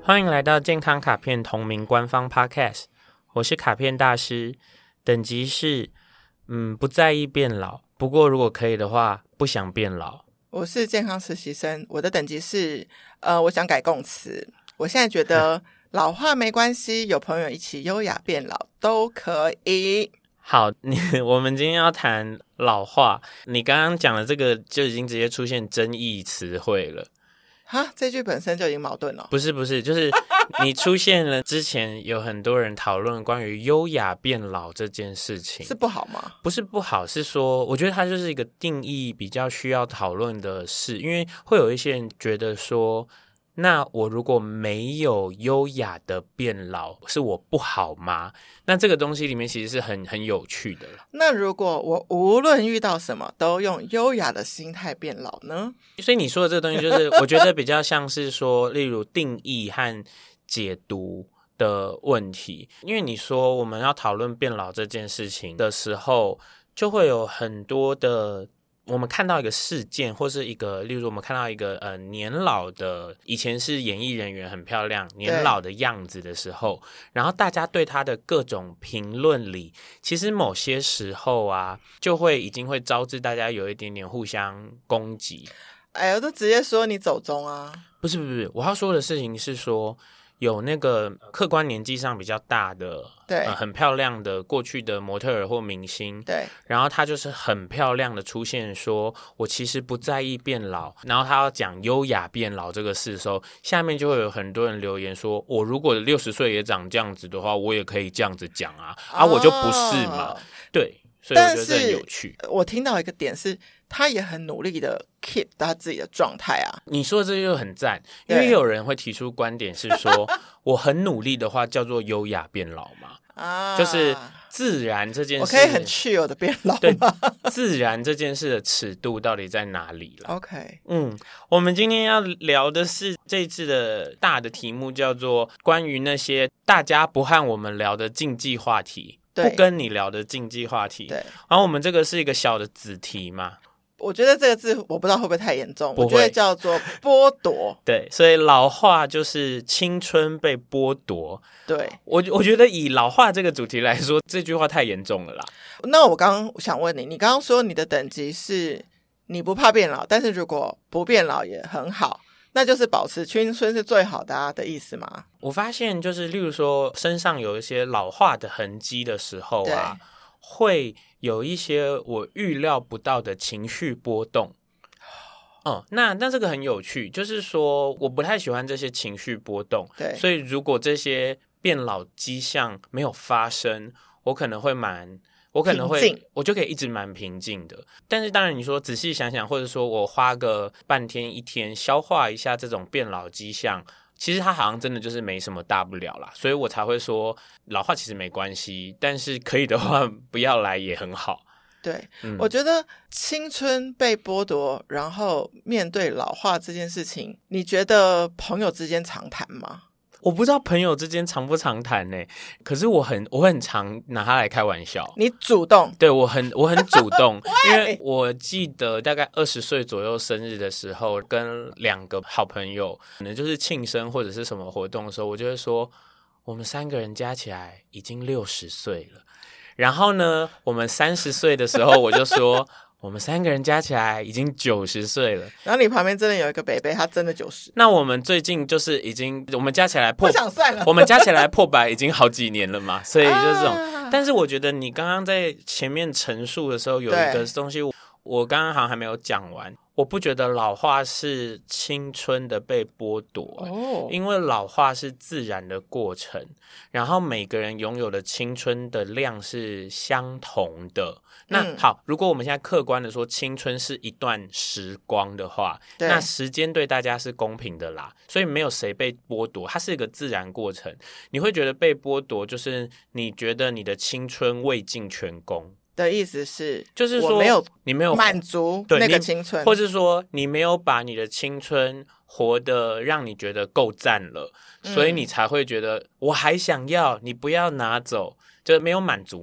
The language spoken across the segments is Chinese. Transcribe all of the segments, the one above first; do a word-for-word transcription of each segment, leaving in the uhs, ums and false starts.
欢迎来到健康卡片同名官方 Podcast， 我是卡片大师，等级是嗯不在意变老，不过如果可以的话，不想变老。 我是健康实习生，我的等级是呃，我想改供词。我现在觉得老化没关系，有朋友一起优雅变老都可以。 好，你我们今天要谈老化，你刚刚讲的这个就已经直接出现争议词汇了。 哈，这句本身就已经矛盾了。 不是不是，就是你出现了之前有很多人讨论关于优雅变老这件事情， 是不好吗？ 不是不好，是说我觉得它就是一个定义比较需要讨论的事，因为会有一些人觉得说，那我如果没有优雅的变老，是我不好吗？那这个东西里面其实是很很有趣的了。 那如果我无论遇到什么都用优雅的心态变老呢？ 所以你说的这个东西就是我觉得比较像是说例如定义和解读的问题，因为你说我们要讨论变老这件事情的时候，就会有很多的我们看到一个事件，或是一个例如我们看到一个呃年老的，以前是演艺人员很漂亮年老的样子的时候，然后大家对他的各种评论里，其实某些时候啊就会已经会招致大家有一点点互相攻击。 哎呦，都直接说你走中啊。 不是不是，我要说的事情是说有那个客观年纪上比较大的， 对、 呃，很漂亮的过去的模特儿或明星， 对， 然后他就是很漂亮的出现说我其实不在意变老，然后他要讲优雅变老这个事的时候，下面就会有很多人留言说我如果六十岁也长这样子的话，我也可以这样子讲啊，啊我就不是嘛、哦、对，所以我觉得这很有趣。 我听到一个点是他也很努力的 keep 他自己的状态啊。 你说的这就很赞，因为有人会提出观点是说我很努力的话叫做优雅变老嘛，啊，就是自然这件事， 我可以很chill的变老吗？ 对，自然这件事的尺度到底在哪里了 ？OK， 嗯，我们今天要聊的是这一次的大的题目叫做关于那些大家不和我们聊的禁忌话题，不跟你聊的禁忌话题。 对， 然后我们这个是一个小的子题嘛。 我觉得这个字我不知道会不会太严重，我觉得叫做剥夺。 对，所以老化就是青春被剥夺。 对， 我我觉得以老化这个主题来说，这句话太严重了啦。 那我刚刚想问你，你刚刚说你的等级是你不怕变老，但是如果不变老也很好，那就是保持青春是最好的啊的意思吗？ 我发现就是例如说身上有一些老化的痕迹的时候啊，会有一些我预料不到的情绪波动。哦，那那这个很有趣，就是说我不太喜欢这些情绪波动， 对， 所以如果这些变老迹象没有发生，我可能会蛮，我可能会，我就可以一直蛮平静的。但是当然你说仔细想想，或者说我花个半天一天消化一下这种变老迹象，其实它好像真的就是没什么大不了啦，所以我才会说老化其实没关系，但是可以的话不要来也很好。 对、嗯、我觉得青春被剥夺，然后面对老化这件事情，你觉得朋友之间常谈吗？ 我不知道朋友之间常不常谈呢、欸，可是我很我很常拿它来开玩笑。 你主动？ 对，我很我很主动，因为我记得大概二十岁左右生日的时候，跟两个好朋友，可能就是庆生或者是什么活动的时候，我就会说，我们三个人加起来已经六十岁了。然后呢，我们三十岁的时候，我就说。我们三个人加起来已经九十岁了， 然后你旁边真的有一个北北，他真的九十。 那我们最近就是已经，我们加起来破， 不想算了， 我们加起来破百已经好几年了嘛，所以就是这种。啊、但是我觉得你刚刚在前面陈述的时候，有一个东西我，我刚刚好像还没有讲完。我不觉得老化是青春的被剥夺、哦、因为老化是自然的过程，然后每个人拥有的青春的量是相同的。那好，如果我们现在客观的说青春是一段时光的话，那时间对大家是公平的啦，所以没有谁被剥夺，它是一个自然过程。你会觉得被剥夺就是你觉得你的青春未尽全功的意思是， 就是说我没有你没有满足那个青春， 或是说你没有把你的青春活得让你觉得够赞了、嗯、所以你才会觉得我还想要，你不要拿走，就没有满足嘛。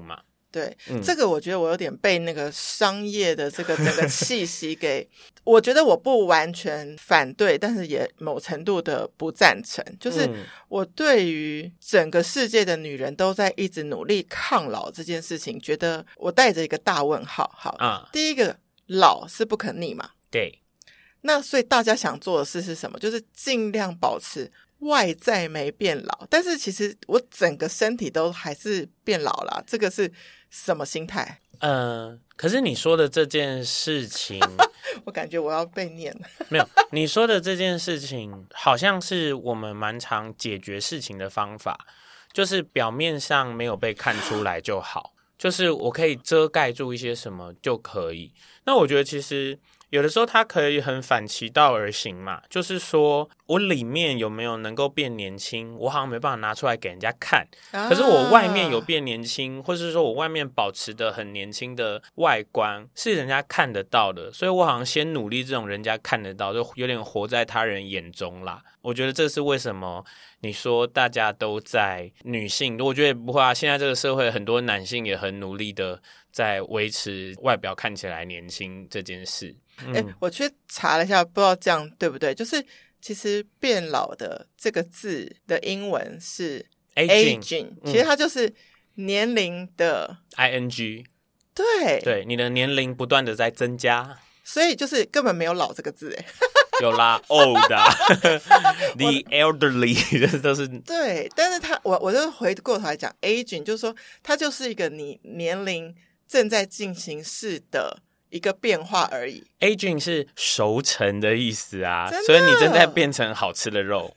对、嗯、这个我觉得我有点被那个商业的这个整个气息给我觉得我不完全反对，但是也某程度的不赞成，就是我对于整个世界的女人都在一直努力抗老这件事情觉得我带着一个大问号。好、啊、第一个，老是不可逆嘛， 对， 那所以大家想做的事是什么？就是尽量保持外在没变老，但是其实我整个身体都还是变老了，这个是什么心态？ 呃，可是你说的这件事情我感觉我要被念了没有，你说的这件事情好像是我们蛮常解决事情的方法，就是表面上没有被看出来就好，就是我可以遮盖住一些什么就可以。那我觉得其实有的时候它可以很反其道而行嘛，就是说我里面有没有能够变年轻，我好像没办法拿出来给人家看、啊、可是我外面有变年轻，或是说我外面保持的很年轻的外观是人家看得到的，所以我好像先努力这种人家看得到，就有点活在他人眼中啦。我觉得这是为什么你说大家都在女性，我觉得也不会啊，现在这个社会很多男性也很努力的在维持外表看起来年轻这件事。 哎、欸，我去查了一下，不知道这样对不对，就是其实变老的这个字的英文是 aging, aging、嗯、其实它就是年龄的 ing。 对对，你的年龄不断的在增加， 所以就是根本没有老这个字。 有啦 old 啊the elderly 这都是对，但是它我我就回过头来讲 aging， 就是说它就是一个你年龄正在进行式的一个变化而已。 aging 是熟成的意思啊，所以你正在变成好吃的肉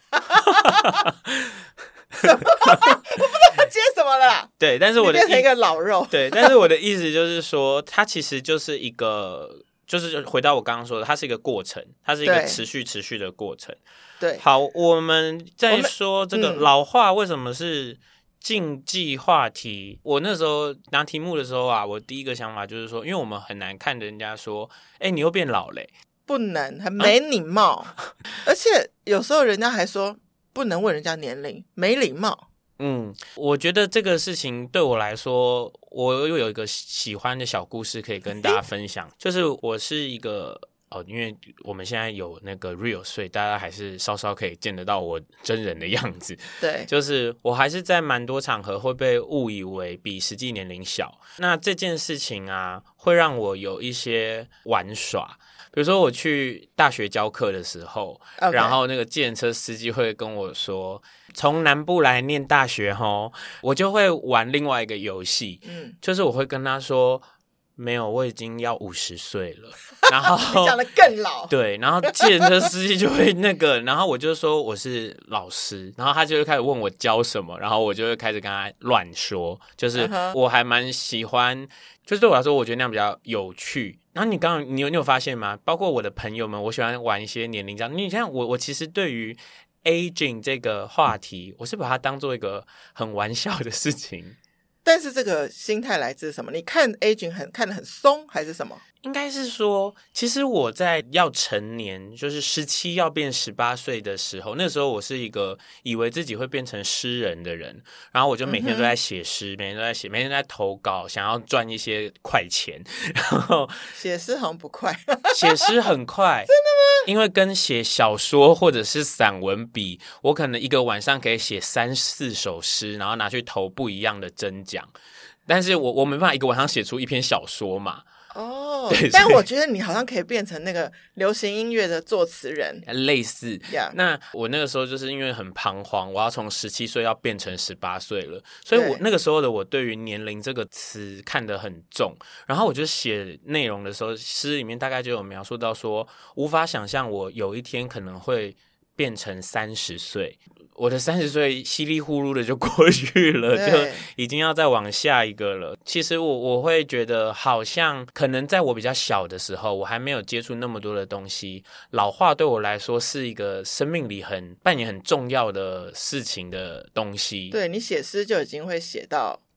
什么我不知道接什么了啦。 对，但是我的变成一个老肉对，但是我的意思就是说它其实就是一个，就是回到我刚刚说的，它是一个过程，它是一个持续持续的过程。 对， 好，我们在说这个老化为什么是禁忌话题、嗯、我那时候拿题目的时候啊，我第一个想法就是说，因为我们很难看人家说哎、欸，你又变老嘞、欸， 不能，很没礼貌、啊、而且有时候人家还说不能问人家年龄，没礼貌。 嗯，我觉得这个事情对我来说，我又有一个喜欢的小故事可以跟大家分享，就是我是一个哦，因为我们现在有那个 real， 所以大家还是稍稍可以见得到我真人的样子。 对， 就是我还是在蛮多场合会被误以为比实际年龄小。那这件事情啊，会让我有一些玩耍。比如说我去大学教课的时候， okay. 然后那个计程车司机会跟我说，从南部来念大学齁，我就会玩另外一个游戏，嗯，就是我会跟他说，没有，我已经要五十岁了。然后你讲得更老。 对，然后计程车司机就会那个，然后我就说我是老师，然后他就会开始问我教什么，然后我就会开始跟他乱说，就是我还蛮喜欢，就是对我来说，我觉得那样比较有趣。然后你刚刚你有你有发现吗？包括我的朋友们，我喜欢玩一些年龄这样。你看我我其实对于 aging 这个话题，我是把它当做一个很玩笑的事情。 但是这个心态来自什么？你看 aging 很看得很松还是什么？ 应该是说，其实我在要成年，就是十七要变十八岁的时候，那时候我是一个以为自己会变成诗人的人，然后我就每天都在写诗、嗯、每天都在写，每天都在投稿，想要赚一些快钱。然后写诗好像不快， 写诗很快。 真的吗？ 因为跟写小说或者是散文比，我可能一个晚上可以写三四首诗，然后拿去投不一样的征奖。但是我我没办法一个晚上写出一篇小说嘛。 哦，但我觉得你好像可以变成那个流行音乐的作词人， 类似。 Yeah. 那我那个时候就是因为很彷徨，我要从十七岁要变成十八岁了，所以我那个时候的我对于年龄这个词看得很重。然后我就写内容的时候，诗里面大概就有描述到说，无法想象我有一天可能会变成三十岁。我的三十岁稀里呼噜的就过去了，就已经要再往下一个了。其实我我会觉得好像可能在我比较小的时候，我还没有接触那么多的东西，老化对我来说是一个生命里很扮演很重要的事情的东西。 对，你写诗就已经会写到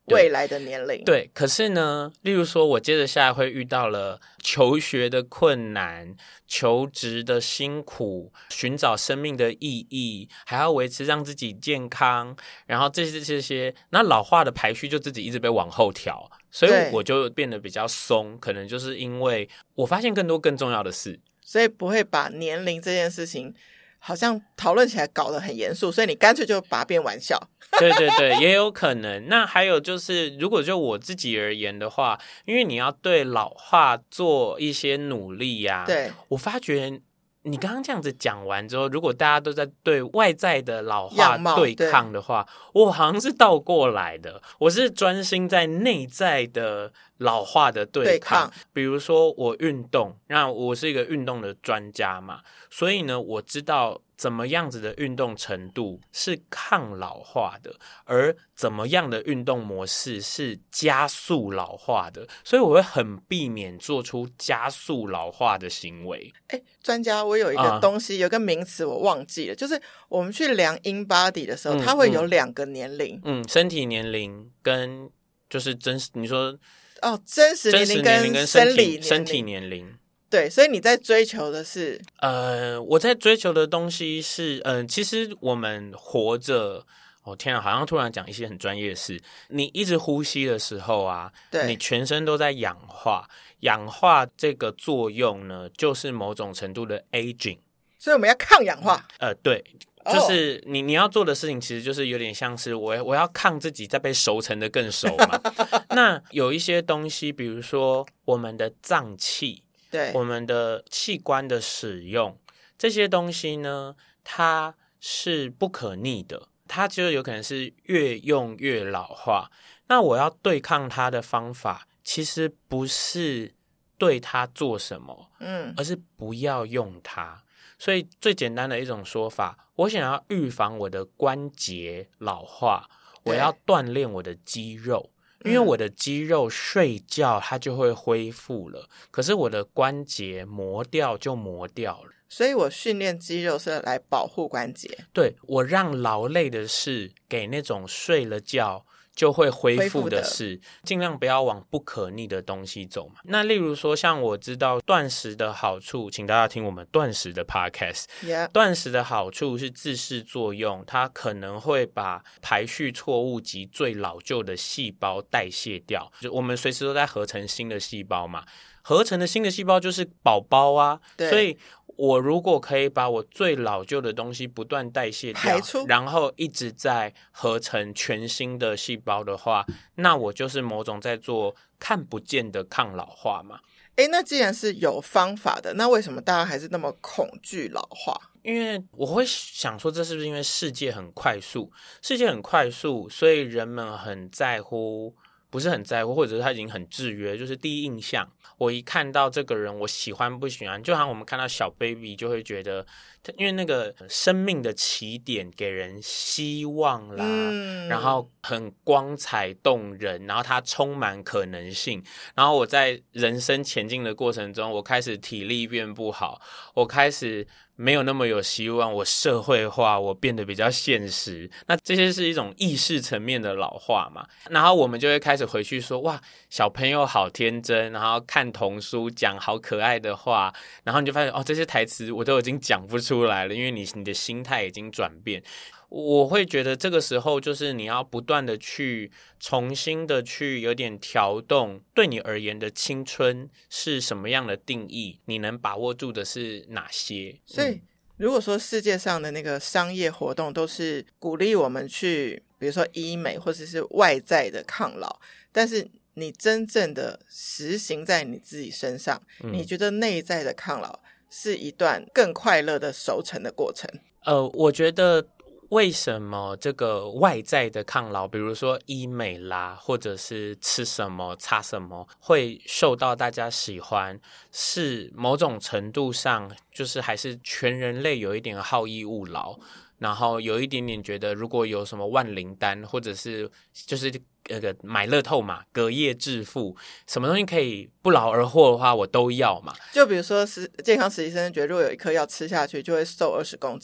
未来的年龄。 对，可是呢，例如说我接着下来会遇到了求学的困难，求职的辛苦，寻找生命的意义，还要维持让自己健康，然后这些这些，那老化的排序就自己一直被往后调，所以我就变得比较松，可能就是因为我发现更多更重要的事， 所以不会把年龄这件事情好像讨论起来搞得很严肃，所以你干脆就把它变玩笑。 对对对，也有可能。那还有就是，如果就我自己而言的话，因为你要对老化做一些努力呀、啊。 对， 我发觉你刚刚这样子讲完之后，如果大家都在对外在的老化对抗的话，我好像是倒过来的，我是专心在内在的老化的对抗。对抗比如说我运动，那我是一个运动的专家嘛，所以呢，我知道怎么样子的运动程度是抗老化的，而怎么样的运动模式是加速老化的，所以我会很避免做出加速老化的行为。 哎，专家，我有一个东西、啊、有个名词我忘记了，就是我们去量 InBody 的时候、嗯、它会有两个年龄， 嗯，身体年龄跟就是真实，你说哦，真实年龄跟生理年龄身体年龄。 对，所以你在追求的是呃，我在追求的东西是嗯、呃，其实我们活着哦天啊，好像突然讲一些很专业的事。你一直呼吸的时候啊，对，你全身都在氧化，氧化这个作用呢，就是某种程度的 aging， 所以我们要抗氧化。 呃，对。就是你你要做的事情其实就是有点像是我我要抗自己再被熟成的更熟嘛。那有一些东西，比如说我们的脏器，对，我们的器官的使用，这些东西呢，它是不可逆的，它就有可能是越用越老化。那我要对抗它的方法，其实不是对它做什么，嗯，而是不要用它。所以最简单的一种说法，我想要预防我的关节老化，我要锻炼我的肌肉，因为我的肌肉睡觉它就会恢复了，可是我的关节磨掉就磨掉了， 所以我训练肌肉是来保护关节。 对，我让劳累的事给那种睡了觉就会恢复的事，尽量不要往不可逆的东西走嘛。那例如说像我知道断食的好处，请大家听我们断食的 podcast、yeah. 断食的好处是自噬作用，它可能会把排序错误及最老旧的细胞代谢掉，就我们随时都在合成新的细胞嘛，合成的新的细胞就是宝宝啊，所以我如果可以把我最老旧的东西不断代谢掉，然后一直在合成全新的细胞的话，那我就是某种在做看不见的抗老化嘛。 诶，那既然是有方法的，那为什么大家还是那么恐惧老化？ 因为我会想说，这是不是因为世界很快速，世界很快速，所以人们很在乎，不是很在乎，或者是他已经很制约，就是第一印象，我一看到这个人我喜欢不喜欢，就好像我们看到小 baby 就会觉得，因为那个生命的起点给人希望啦、嗯、然后很光彩动人，然后它充满可能性，然后我在人生前进的过程中，我开始体力变不好，我开始没有那么有希望，我社会化，我变得比较现实，那这些是一种意识层面的老化嘛。然后我们就会开始回去说，哇，小朋友好天真，然后看童书讲好可爱的话，然后你就发现哦，这些台词我都已经讲不出来了，因为你你的心态已经转变。我会觉得这个时候就是你要不断的去重新的去有点调动对你而言的青春是什么样的定义，你能把握住的是哪些。 所以、嗯、如果说世界上的那个商业活动都是鼓励我们去比如说医美或者是外在的抗老，但是你真正的实行在你自己身上、嗯、你觉得内在的抗老是一段更快乐的熟成的过程？ 呃，我觉得为什么这个外在的抗老，比如说医美啦，或者是吃什么擦什么会受到大家喜欢，是某种程度上就是还是全人类有一点好逸恶劳，然后有一点点觉得如果有什么万灵丹，或者是就是那个买乐透嘛，隔夜致富，什么东西可以不劳而获的话我都要嘛。 就比如说是健康实习生觉得如果有一颗药吃下去就会瘦二十公斤，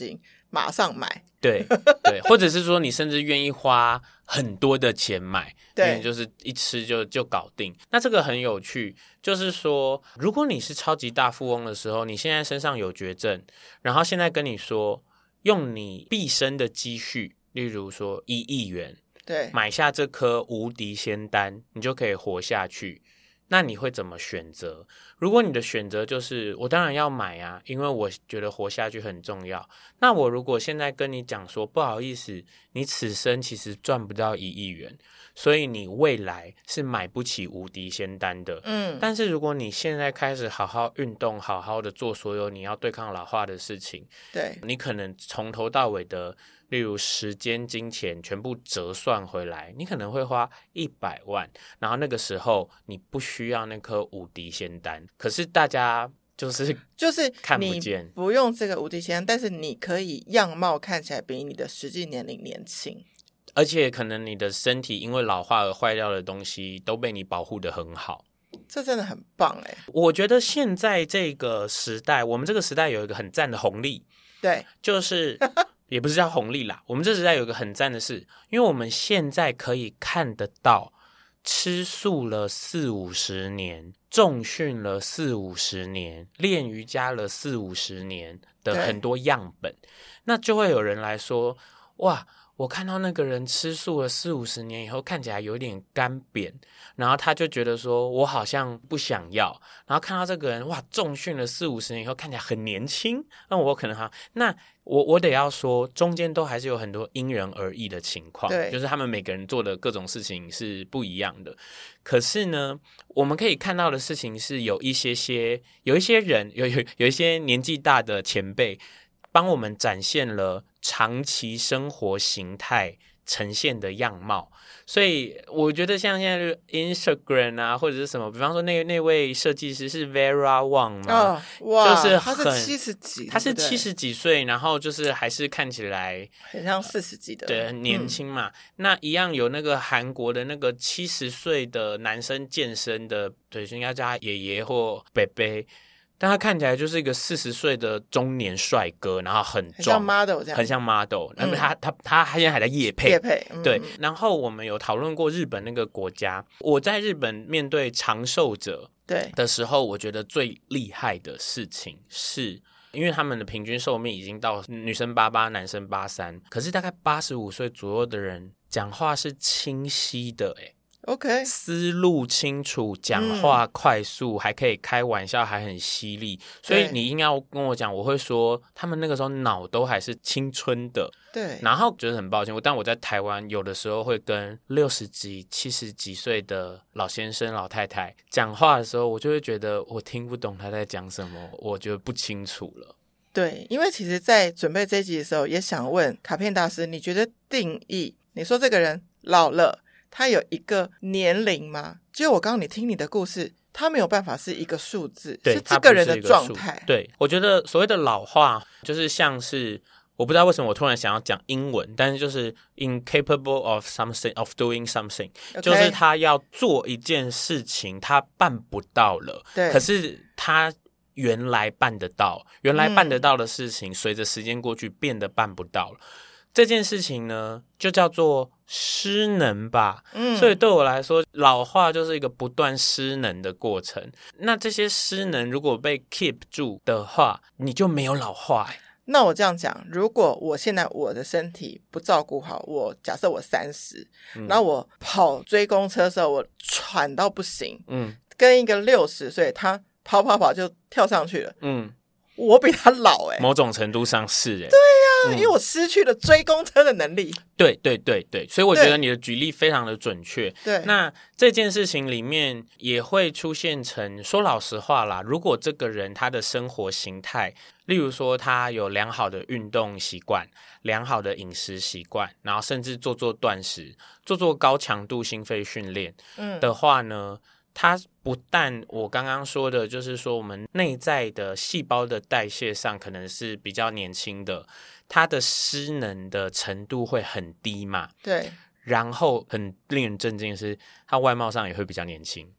马上买。 对对，或者是说你甚至愿意花很多的钱买，因为就是一吃就就搞定。那这个很有趣，就是说如果你是超级大富翁的时候，你现在身上有绝症，然后现在跟你说用你毕生的积蓄，例如说一亿元， 对， 买下这颗无敌仙丹，你就可以活下去。那你会怎么选择？如果你的选择就是我当然要买啊，因为我觉得活下去很重要。那我如果现在跟你讲说不好意思，你此生其实赚不到一亿元，所以你未来是买不起无敌仙丹的。嗯，但是如果你现在开始好好运动，好好的做所有你要对抗老化的事情， 对， 你可能从头到尾的例如时间金钱全部折算回来，你可能会花一百万，然后那个时候你不需要那颗无敌仙丹，可是大家就是就是看不见， 你不用这个无敌仙丹，但是你可以样貌看起来比你的实际年龄年轻， 而且可能你的身体因为老化而坏掉的东西都被你保护得很好， 这真的很棒耶。 我觉得现在这个时代，我们这个时代有一个很赞的红利， 对， 就是也不是叫红利啦，我们这时代有一个很赞的事，因为我们现在可以看得到吃素了四五十年，重训了四五十年，练瑜伽了四五十年的很多样本，那就会有人来说，哇，我看到那个人吃素了四五十年以后看起来有点干扁，然后他就觉得说我好像不想要，然后看到这个人哇重训了四五十年以后看起来很年轻，那我可能好，那我我得要说中间都还是有很多因人而异的情况，就是他们每个人做的各种事情是不一样的，可是呢我们可以看到的事情是有一些些有一些人有有有一些年纪大的前辈帮我们展现了长期生活形态呈现的样貌，所以我觉得像现在 Instagram 啊或者是什么，比方说那那位设计师是 Vera Wang 嘛、 哦、哇， 就是他是七十几， 他是七十几岁，然后就是还是看起来很像四十几的， 对，很年轻嘛、嗯、那一样有那个韩国的那个七十岁的男生健身的，对，应该叫他爷爷或伯伯，但他看起来就是一个四十岁的中年帅哥，然后很壮， 很像 model 这样， 很像 model。嗯、他他他他现在还在业配， 业配、嗯、 对。然后我们有讨论过日本那个国家，我在日本面对长寿者对的时候，我觉得最厉害的事情是。因为他们的平均寿命已经到女生八八，男生八三，可是大概八十五岁左右的人讲话是清晰的，欸 OK， 思路清楚，讲话快速、嗯、还可以开玩笑，还很犀利，所以你硬要跟我讲，我会说他们那个时候脑都还是青春的， 对。 然后觉得很抱歉，但我在台湾有的时候会跟六十几七十几岁的老先生老太太讲话的时候，我就会觉得我听不懂他在讲什么，我觉得不清楚了。 对，因为其实在准备这一集的时候也想问卡片大师，你觉得定义你说这个人老了他有一个年龄吗？就我刚刚你听你的故事，他没有办法是一个数字，是这个人的状态。 对，我觉得所谓的老化就是像是我不知道为什么我突然想要讲英文，但是就是 incapable of something of doing something、okay. 就是他要做一件事情他办不到了， 对， 可是他原来办得到，原来办得到的事情、嗯、随着时间过去变得办不到了，这件事情呢就叫做失能吧、嗯、所以对我来说老化就是一个不断失能的过程，那这些失能如果被 keep 住的话你就没有老化、欸、 那我这样讲，如果我现在我的身体不照顾好，我假设我三十、嗯、然后我跑追公车的时候我喘到不行，嗯，跟一个六十岁他跑跑跑就跳上去了，嗯，我比他老欸， 某种程度上是欸， 对啊、嗯、因为我失去了追公车的能力， 对对对对，所以我觉得你的举例非常的准确。 对， 那这件事情里面也会出现成，说老实话啦，如果这个人他的生活形态，例如说他有良好的运动习惯，良好的饮食习惯，然后甚至做做断食，做做高强度心肺训练的话呢、嗯，它不但我刚刚说的就是说我们内在的细胞的代谢上可能是比较年轻的，它的失能的程度会很低嘛， 对， 然后很令人震惊的是它外貌上也会比较年轻，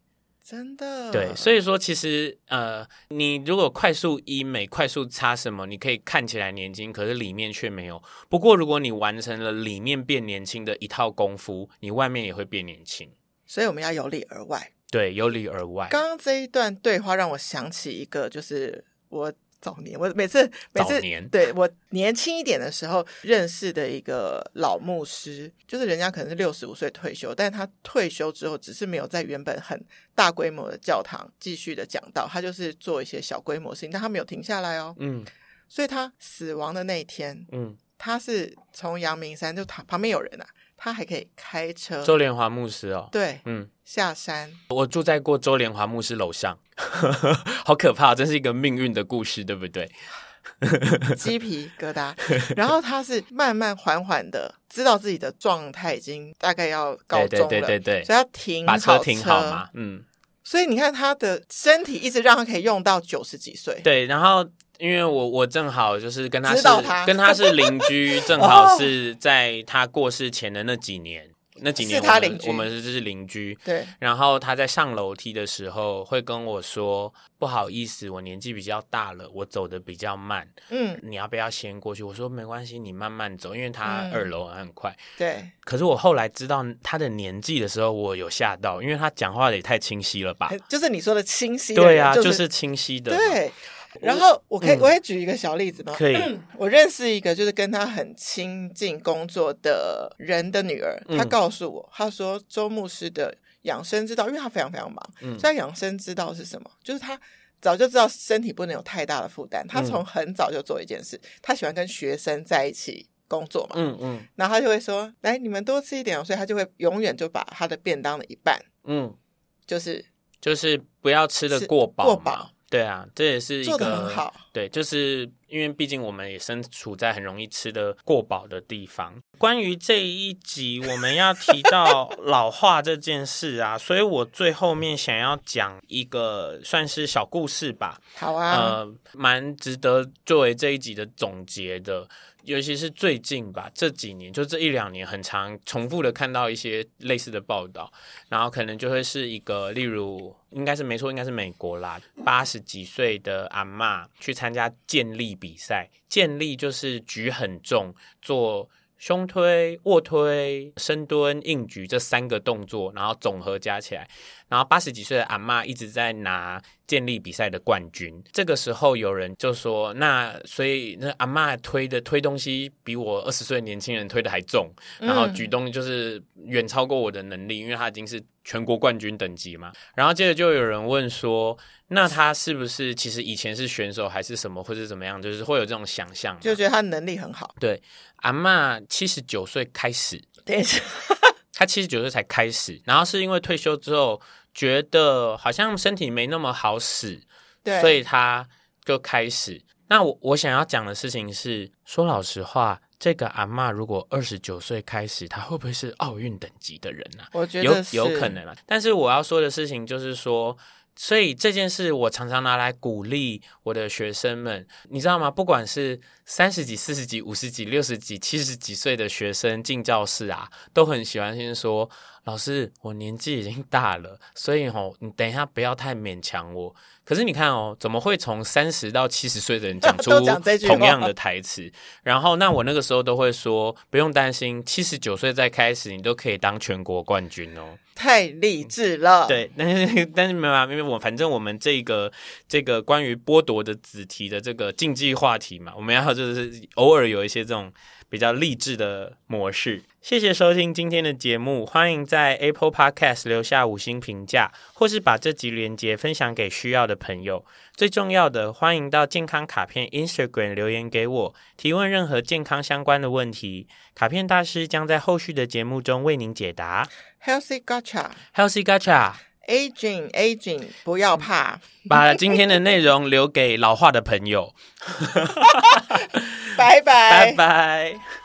真的。 对，所以说其实呃，你如果快速医美、快速擦什么，你可以看起来年轻，可是里面却没有。不过如果你完成了里面变年轻的一套功夫，你外面也会变年轻。 所以我们要由里而外。 对，由里而外。 刚刚这一段对话让我想起一个，就是我早年，我每次每次对我年轻一点的时候认识的一个老牧师，就是人家可能是六十五岁退休，但是他退休之后只是没有在原本很大规模的教堂继续的讲道，他就是做一些小规模的事情，但他没有停下来哦。嗯，所以他死亡的那一天，嗯，他是从阳明山，就他旁边有人啊，他还可以开车。 周连华牧师哦， 对，嗯，下山。 我住在过周连华牧师楼上，好可怕，真是一个命运的故事，对不对？ 鸡皮疙瘩。然后他是慢慢缓缓的知道自己的状态已经大概要告终了， 对对对对对， 所以要停好把车停好嘛，嗯。 所以你看他的身体一直让他可以用到九十几岁。 对，然后因为我我正好就是跟他是知道他跟他是邻居，正好是在他过世前的那几年。那几年我们是他邻居， 我们就是邻居。 对， 然后他在上楼梯的时候会跟我说：“不好意思，我年纪比较大了，我走得比较慢。嗯，你要不要先过去？”我说：“没关系，你慢慢走，因为他二楼很快。嗯” 对。 可是我后来知道他的年纪的时候，我有吓到，因为他讲话也太清晰了吧？ 就是你说的清晰的。 对啊， 就是、 就是清晰的。 对。然后我可以，嗯、我也举一个小例子吗？ 可以。 我认识一个就是跟他很亲近工作的人的女儿，她告诉我，她说周牧师的养生之道，因为他非常非常忙，嗯，所以养生之道是什么？就是他早就知道身体不能有太大的负担，他从很早就做一件事，他喜欢跟学生在一起工作嘛，嗯嗯，然后他就会说，来你们多吃一点哦，所以他就会永远就把他的便当的一半，嗯，就是就是不要吃得过饱， 过饱。 对啊，这也是一个做得很好。 对，就是因为毕竟我们也身处在很容易吃得过饱的地方。关于这一集我们要提到老化这件事啊，所以我最后面想要讲一个算是小故事吧。 好啊， 呃，蛮值得作为这一集的总结的。尤其是最近吧，这几年就这一两年，很常重复的看到一些类似的报道，然后可能就会是一个，例如应该是没错，应该是美国啦，八十几岁的阿嬷去参加健力比赛，健力就是举很重，做胸推、卧推、深蹲、硬举这三个动作，然后总和加起来，然后八十几岁的阿嬷一直在拿健力比赛的冠军。这个时候有人就说，那所以那阿嬷推的推东西比我二十岁的年轻人推的还重，然后举动就是远超过我的能力，因为他已经是全国冠军等级嘛。然后接着就有人问说，那他是不是其实以前是选手还是什么，或是怎么样，就是会有这种想象， 就觉得他能力很好。 对，阿嬷七十九岁开始， 对， 他七十九岁才开始，然后是因为退休之后觉得好像身体没那么好使，对，所以他就开始。那我我想要讲的事情是，说老实话，这个阿嬷如果二十九岁开始，她会不会是奥运等级的人啊？ 我觉得是有有可能啊。但是我要说的事情就是说，所以这件事我常常拿来鼓励我的学生们，你知道吗？不管是三十几、四十几、五十几、六十几、七十几岁的学生进教室啊，都很喜欢先说，老师，我年纪已经大了，所以吼，你等一下不要太勉强我。可是你看哦，怎么会从三十到七十岁的人讲出同样的台词？然后那我那个时候都会说，不用担心，七十九岁再开始，你都可以当全国冠军哦。 太励志了。 对，但是但是没有啊，因为我反正我们这个这个关于剥夺的子题的这个竞技话题嘛，我们要就是偶尔有一些这种比较励志的模式。谢谢收听今天的节目，欢迎在 Apple Podcast 留下五星评价，或是把这集连结分享给需要的朋友。最重要的，欢迎到健康卡片 Instagram 留言给我，提问任何健康相关的问题，卡片大师将在后续的节目中为您解答。 Healthy Gacha Healthy Gacha Aging Aging 不要怕， 把今天的内容留给老化的朋友。 拜拜拜拜。